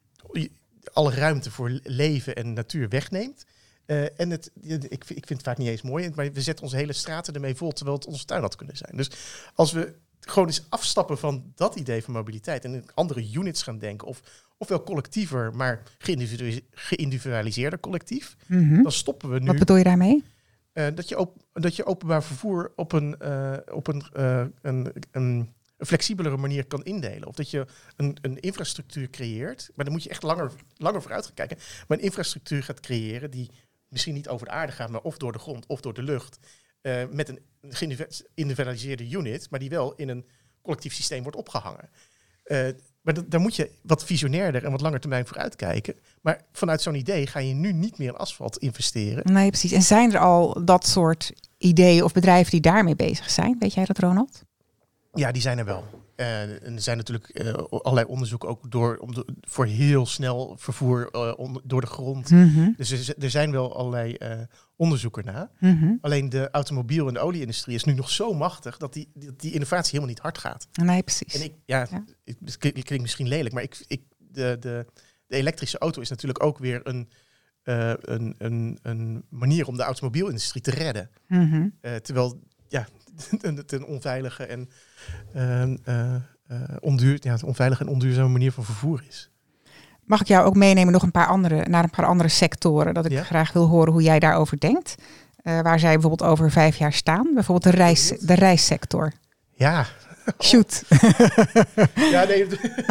alle ruimte voor leven en natuur wegneemt. Uh, en het, ik, ik vind het vaak niet eens mooi, maar we zetten onze hele straten ermee vol, terwijl het onze tuin had kunnen zijn. Dus als we gewoon eens afstappen van dat idee van mobiliteit en in andere units gaan denken, of ofwel collectiever, maar geïndividualiseerder, geïndividualiseerder collectief, Mm-hmm. dan stoppen we nu. Wat bedoel je daarmee? Uh, dat, je op, dat je openbaar vervoer op een, uh, op een, uh, een, een, een flexibelere manier kan indelen. Of dat je een, een infrastructuur creëert, maar dan moet je echt langer, langer vooruit gaan kijken, maar een infrastructuur gaat creëren die misschien niet over de aarde gaat, maar of door de grond of door de lucht. Uh, met een geïndividualiseerde unit, maar die wel in een collectief systeem wordt opgehangen. Uh, maar d- daar moet je wat visionairder en wat langer termijn vooruit kijken. Maar vanuit zo'n idee ga je nu niet meer in asfalt investeren. Nee, precies. En zijn er al dat soort ideeën of bedrijven die daarmee bezig zijn? Weet jij dat, Ronald? Ja, die zijn er wel. Uh, en er zijn natuurlijk uh, allerlei onderzoeken ook door, om de, voor heel snel vervoer uh, on, door de grond. Mm-hmm. Dus er, er zijn wel allerlei uh, onderzoeken naar. Mm-hmm. Alleen de automobiel- en de olieindustrie is nu nog zo machtig dat die, die, die innovatie helemaal niet hard gaat. Nee, precies. En ik, ja, Ja. Ik, het klinkt misschien lelijk, maar ik, ik, de, de, de elektrische auto is natuurlijk ook weer een, uh, een, een, een manier om de automobielindustrie te redden. Mm-hmm. Uh, terwijl ja, ten onveilige en uh, uh, uh, onduur, ja, onveilige en onduurzame manier van vervoer is. Mag ik jou ook meenemen nog een paar andere, naar een paar andere sectoren, dat ik ja? graag wil horen hoe jij daarover denkt? Uh, waar zij bijvoorbeeld over vijf jaar staan. Bijvoorbeeld de, reis, de reissector. Ja. Shoot. ja, nee.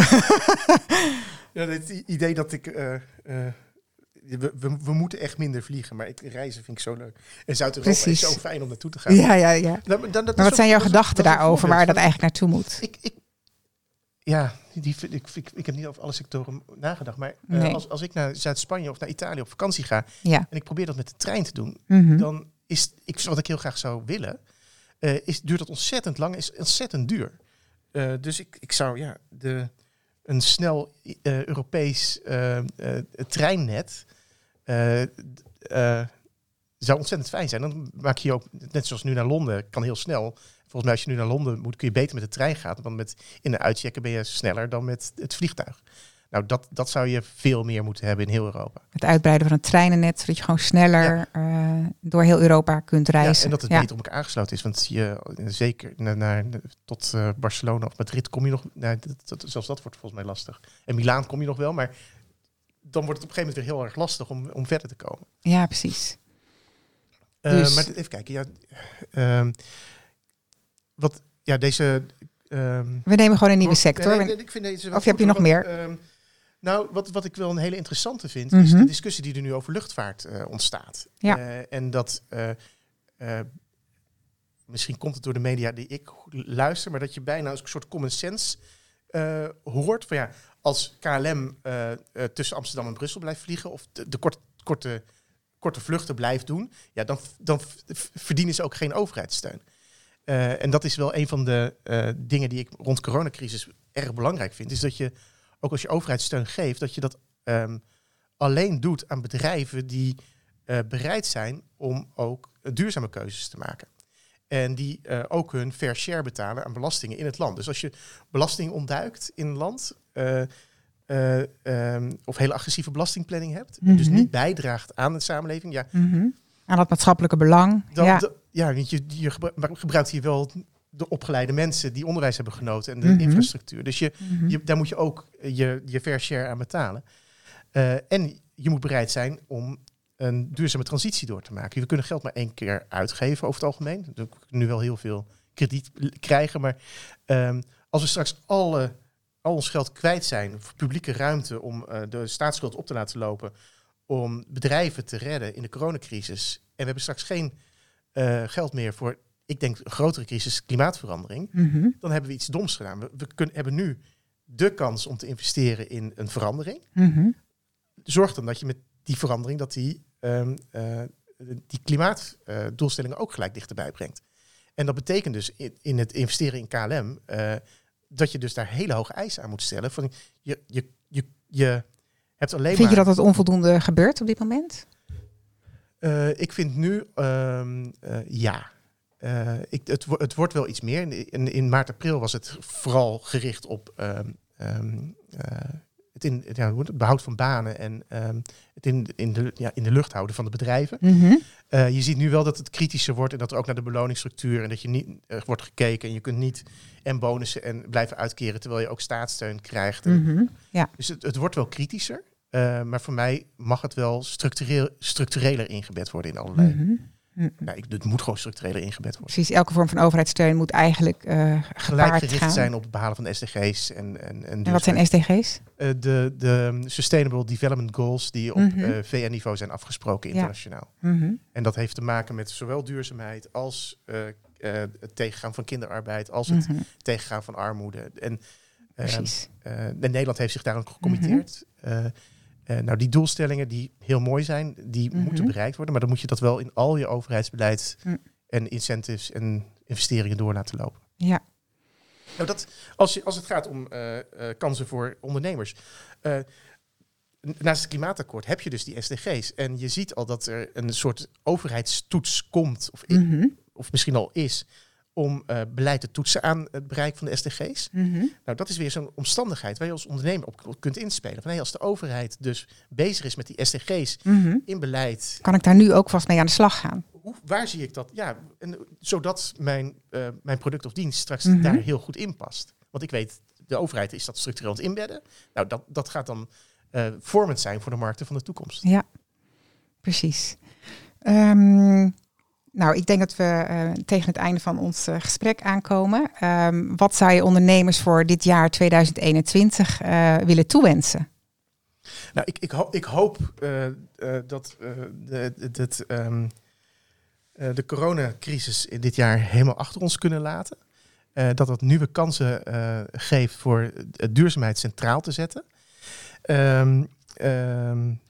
ja, het idee dat ik... Uh, uh, we, we, we moeten echt minder vliegen, maar ik, reizen vind ik zo leuk. En Zuid-Europa is zo fijn om naartoe te gaan. Ja, ja, ja. Dan, dan, dat maar wat ook, zijn jouw gedachten dat daarover, waar dat eigenlijk naartoe moet? Ik, ik, ja, die, ik, ik, ik heb niet over alle sectoren nagedacht. Maar uh, nee. als, als ik naar Zuid-Spanje of naar Italië op vakantie ga... Ja. en ik probeer dat met de trein te doen... Mm-hmm. dan is ik, wat ik heel graag zou willen... Uh, is, duurt dat ontzettend lang, is ontzettend duur. Uh, dus ik, ik zou ja, de, een snel uh, Europees uh, uh, treinnet... Uh, uh, zou ontzettend fijn zijn. Dan maak je ook, net zoals nu naar Londen, kan heel snel... Volgens mij als je nu naar Londen moet, kun je beter met de trein gaan. Want met in- en uitchecken ben je sneller dan met het vliegtuig. Nou, dat, dat zou je veel meer moeten hebben in heel Europa. Het uitbreiden van een treinennet, zodat je gewoon sneller ja. uh, door heel Europa kunt reizen. Ja, en dat het ja. beter op elkaar aangesloten is. Want je, zeker naar, naar, tot uh, Barcelona of Madrid kom je nog... Nou, dat, dat, zelfs dat wordt volgens mij lastig. En Milaan kom je nog wel, maar dan wordt het op een gegeven moment weer heel erg lastig om, om verder te komen. Ja, precies. Uh, dus. Maar even kijken, ja... Uh, Wat, ja, deze... Um, We nemen gewoon een nieuwe sector. Nee, nee, ik vind deze of heb je nog wat, meer? Um, nou, wat, wat ik wel een hele interessante vind... Mm-hmm. is de discussie die er nu over luchtvaart uh, ontstaat. Ja. Uh, en dat... Uh, uh, misschien komt het door de media die ik luister... maar dat je bijna een soort common sense uh, hoort. Van ja, als K L M uh, uh, tussen Amsterdam en Brussel blijft vliegen... of de, de kort, korte, korte vluchten blijft doen... ja, dan, dan verdienen ze ook geen overheidssteun. Uh, en dat is wel een van de uh, dingen die ik rond de coronacrisis erg belangrijk vind. Is dat je, ook als je overheidssteun geeft, dat je dat um, alleen doet aan bedrijven die uh, bereid zijn om ook uh, duurzame keuzes te maken. En die uh, ook hun fair share betalen aan belastingen in het land. Dus als je belasting ontduikt in een land, uh, uh, um, of hele agressieve belastingplanning hebt, mm-hmm. dus niet bijdraagt aan de samenleving, ja. Mm-hmm. Aan dat maatschappelijke belang. Dan, ja, d- ja want je, je gebruikt hier wel de opgeleide mensen die onderwijs hebben genoten en de mm-hmm. infrastructuur. Dus je, mm-hmm. je, daar moet je ook je, je fair share aan betalen. Uh, en je moet bereid zijn om een duurzame transitie door te maken. We kunnen geld maar één keer uitgeven over het algemeen. We kunnen nu wel heel veel krediet krijgen, maar um, als we straks alle, al ons geld kwijt zijn voor publieke ruimte om uh, de staatsschuld op te laten lopen, om bedrijven te redden in de coronacrisis. En we hebben straks geen uh, geld meer voor, ik denk, een grotere crisis, klimaatverandering. Mm-hmm. Dan hebben we iets doms gedaan. We, we kunnen, hebben nu de kans om te investeren in een verandering. Mm-hmm. Zorg dan dat je met die verandering, dat die, um, uh, die klimaatdoelstellingen uh, ook gelijk dichterbij brengt. En dat betekent dus in, in het investeren in K L M, uh, dat je dus daar hele hoge eisen aan moet stellen. Van je, je, je, je hebt alleen Vind maar... je dat het onvoldoende gebeurt op dit moment? Uh, ik vind nu, um, uh, ja. Uh, ik, het, het wordt wel iets meer. In, in maart, april was het vooral gericht op um, um, uh, het, in, ja, het behoud van banen en um, het in, in, de, ja, in de lucht houden van de bedrijven. Mm-hmm. Uh, je ziet nu wel dat het kritischer wordt en dat er ook naar de beloningsstructuur en dat je niet uh, wordt gekeken en je kunt niet en bonussen en blijven uitkeren terwijl je ook staatssteun krijgt. Mm-hmm. Ja. Dus het, het wordt wel kritischer. Uh, maar voor mij mag het wel structureel, structureler ingebed worden in allerlei. Mm-hmm. Mm-hmm. Nou, ik, het moet gewoon structureler ingebed worden. Precies, elke vorm van overheidssteun moet eigenlijk uh, gelijk gericht gaan. zijn op het behalen van de S D G's. En, en, en, en wat zijn S D G's? Uh, de, de Sustainable Development Goals die op mm-hmm. uh, V N-niveau zijn afgesproken internationaal. Ja. Mm-hmm. En dat heeft te maken met zowel duurzaamheid als uh, uh, het tegengaan van kinderarbeid, als mm-hmm. het tegengaan van armoede. En, uh, Precies. Uh, Nederland heeft zich daar ook gecommitteerd. Mm-hmm. Uh, Uh, nou, die doelstellingen die heel mooi zijn, die mm-hmm. moeten bereikt worden. Maar dan moet je dat wel in al je overheidsbeleid mm. en incentives en investeringen door laten lopen. Ja. Nou, dat, als, je, als het gaat om uh, uh, kansen voor ondernemers. Uh, naast het klimaatakkoord heb je dus die S D G's. En je ziet al dat er een soort overheidstoets komt, of, in, mm-hmm. of misschien al is, om uh, beleid te toetsen aan het bereik van de S D G's. Mm-hmm. Nou, dat is weer zo'n omstandigheid waar je als ondernemer op kunt inspelen. Van, hey, als de overheid dus bezig is met die S D G's mm-hmm. in beleid, kan ik daar nu ook vast mee aan de slag gaan? Hoe, waar zie ik dat? Ja, en, zodat mijn, uh, mijn product of dienst straks mm-hmm. daar heel goed in past. Want ik weet de overheid is dat structureel aan het inbedden. Nou, dat, dat gaat dan uh, vormend zijn voor de markten van de toekomst. Ja, precies. Um, nou, ik denk dat we uh, tegen het einde van ons uh, gesprek aankomen. Um, wat zou je ondernemers voor dit jaar tweeduizend eenentwintig uh, willen toewensen? Nou, ik, ik, ho- ik hoop uh, uh, dat uh, de, de, de, um, uh, de coronacrisis in dit jaar helemaal achter ons kunnen laten. Uh, dat dat nieuwe kansen uh, geeft voor uh, duurzaamheid centraal te zetten. Um, um,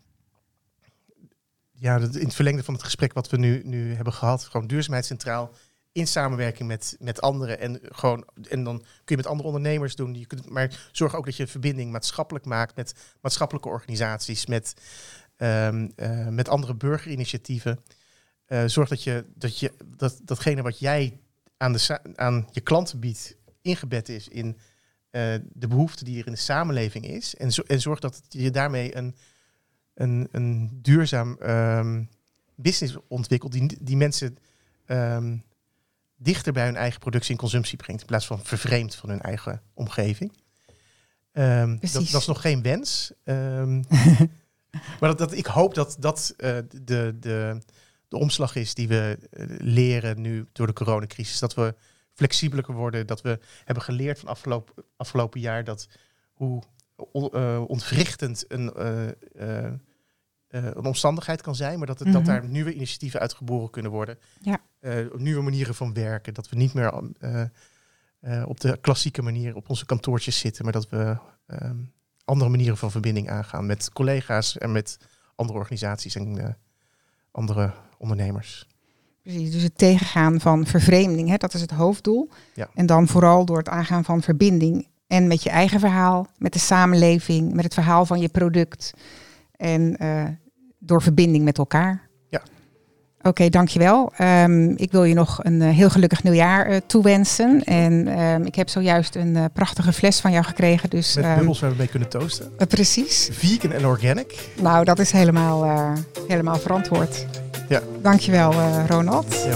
ja, in het verlengde van het gesprek wat we nu, nu hebben gehad, gewoon duurzaamheid centraal in samenwerking met, met anderen. En, gewoon, en dan kun je met andere ondernemers doen. Je kunt, maar zorg ook dat je verbinding maatschappelijk maakt met maatschappelijke organisaties, met, um, uh, met andere burgerinitiatieven. Uh, zorg dat je, dat je dat, datgene wat jij aan, de, aan je klanten biedt ingebed is in uh, de behoefte die er in de samenleving is. En, zo, en zorg dat je daarmee een, een, een duurzaam um, business ontwikkelt die, die mensen um, dichter bij hun eigen productie en consumptie brengt, in plaats van vervreemd van hun eigen omgeving. Um, dat, dat is nog geen wens. Um, maar dat, dat, ik hoop dat dat uh, de, de, de omslag is die we uh, leren nu door de coronacrisis. Dat we flexibeler worden. Dat we hebben geleerd van afgelopen, afgelopen jaar dat hoe on, uh, ontwrichtend een, uh, uh, uh, een omstandigheid kan zijn. Maar dat, het, mm-hmm. dat daar nieuwe initiatieven uitgeboren kunnen worden. Ja. Uh, nieuwe manieren van werken. Dat we niet meer uh, uh, op de klassieke manier op onze kantoortjes zitten. Maar dat we uh, andere manieren van verbinding aangaan met collega's en met andere organisaties en uh, andere ondernemers. Precies, dus het tegengaan van vervreemding, hè, dat is het hoofddoel. Ja. En dan vooral door het aangaan van verbinding. En met je eigen verhaal, met de samenleving, met het verhaal van je product. En uh, door verbinding met elkaar. Ja. Oké, okay, dankjewel. Um, ik wil je nog een uh, heel gelukkig nieuwjaar uh, toewensen. En um, ik heb zojuist een uh, prachtige fles van jou gekregen. Dus, met um, bubbels waar we mee kunnen toasten. Uh, precies. Vegan en organic. Nou, dat is helemaal, uh, helemaal verantwoord. Ja. Dankjewel, uh, Ronald. Ja.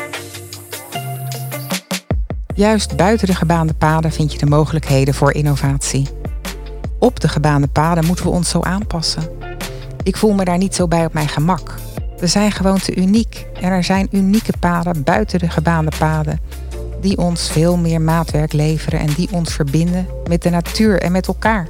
Juist buiten de gebaande paden vind je de mogelijkheden voor innovatie. Op de gebaande paden moeten we ons zo aanpassen. Ik voel me daar niet zo bij op mijn gemak. We zijn gewoon te uniek en er zijn unieke paden buiten de gebaande paden die ons veel meer maatwerk leveren en die ons verbinden met de natuur en met elkaar.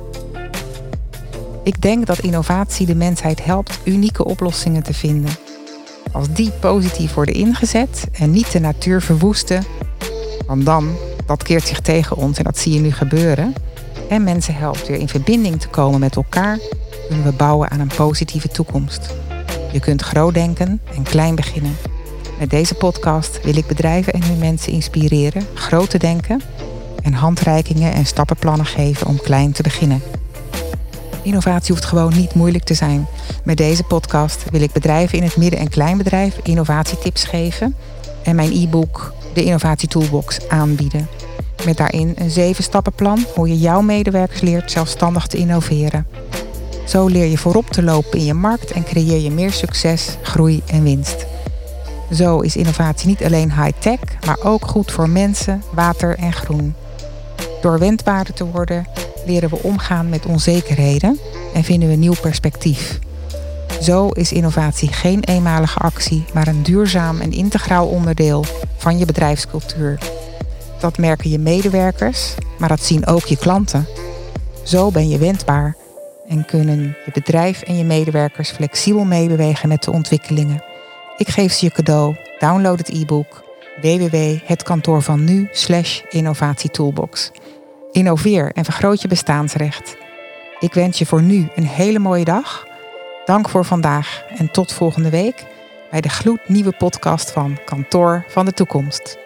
Ik denk dat innovatie de mensheid helpt unieke oplossingen te vinden. Als die positief worden ingezet en niet de natuur verwoesten, want dan, dat keert zich tegen ons en dat zie je nu gebeuren, en mensen helpt weer in verbinding te komen met elkaar, kunnen we bouwen aan een positieve toekomst. Je kunt groot denken en klein beginnen. Met deze podcast wil ik bedrijven en hun mensen inspireren groot te denken en handreikingen en stappenplannen geven om klein te beginnen. Innovatie hoeft gewoon niet moeilijk te zijn. Met deze podcast wil ik bedrijven in het midden- en kleinbedrijf innovatietips geven en mijn e-book, de Innovatie Toolbox, aanbieden. Met daarin een zeven stappenplan hoe je jouw medewerkers leert zelfstandig te innoveren. Zo leer je voorop te lopen in je markt en creëer je meer succes, groei en winst. Zo is innovatie niet alleen high-tech, maar ook goed voor mensen, water en groen. Door wendbaarder te worden, leren we omgaan met onzekerheden en vinden we nieuw perspectief. Zo is innovatie geen eenmalige actie, maar een duurzaam en integraal onderdeel van je bedrijfscultuur. Dat merken je medewerkers, maar dat zien ook je klanten. Zo ben je wendbaar en kunnen je bedrijf en je medewerkers flexibel meebewegen met de ontwikkelingen. Ik geef ze je cadeau. Download het e-book w w w punt het kantoor van nu slash innovatietoolbox. Innoveer en vergroot je bestaansrecht. Ik wens je voor nu een hele mooie dag. Dank voor vandaag en tot volgende week bij de gloednieuwe podcast van Kantoor van de Toekomst.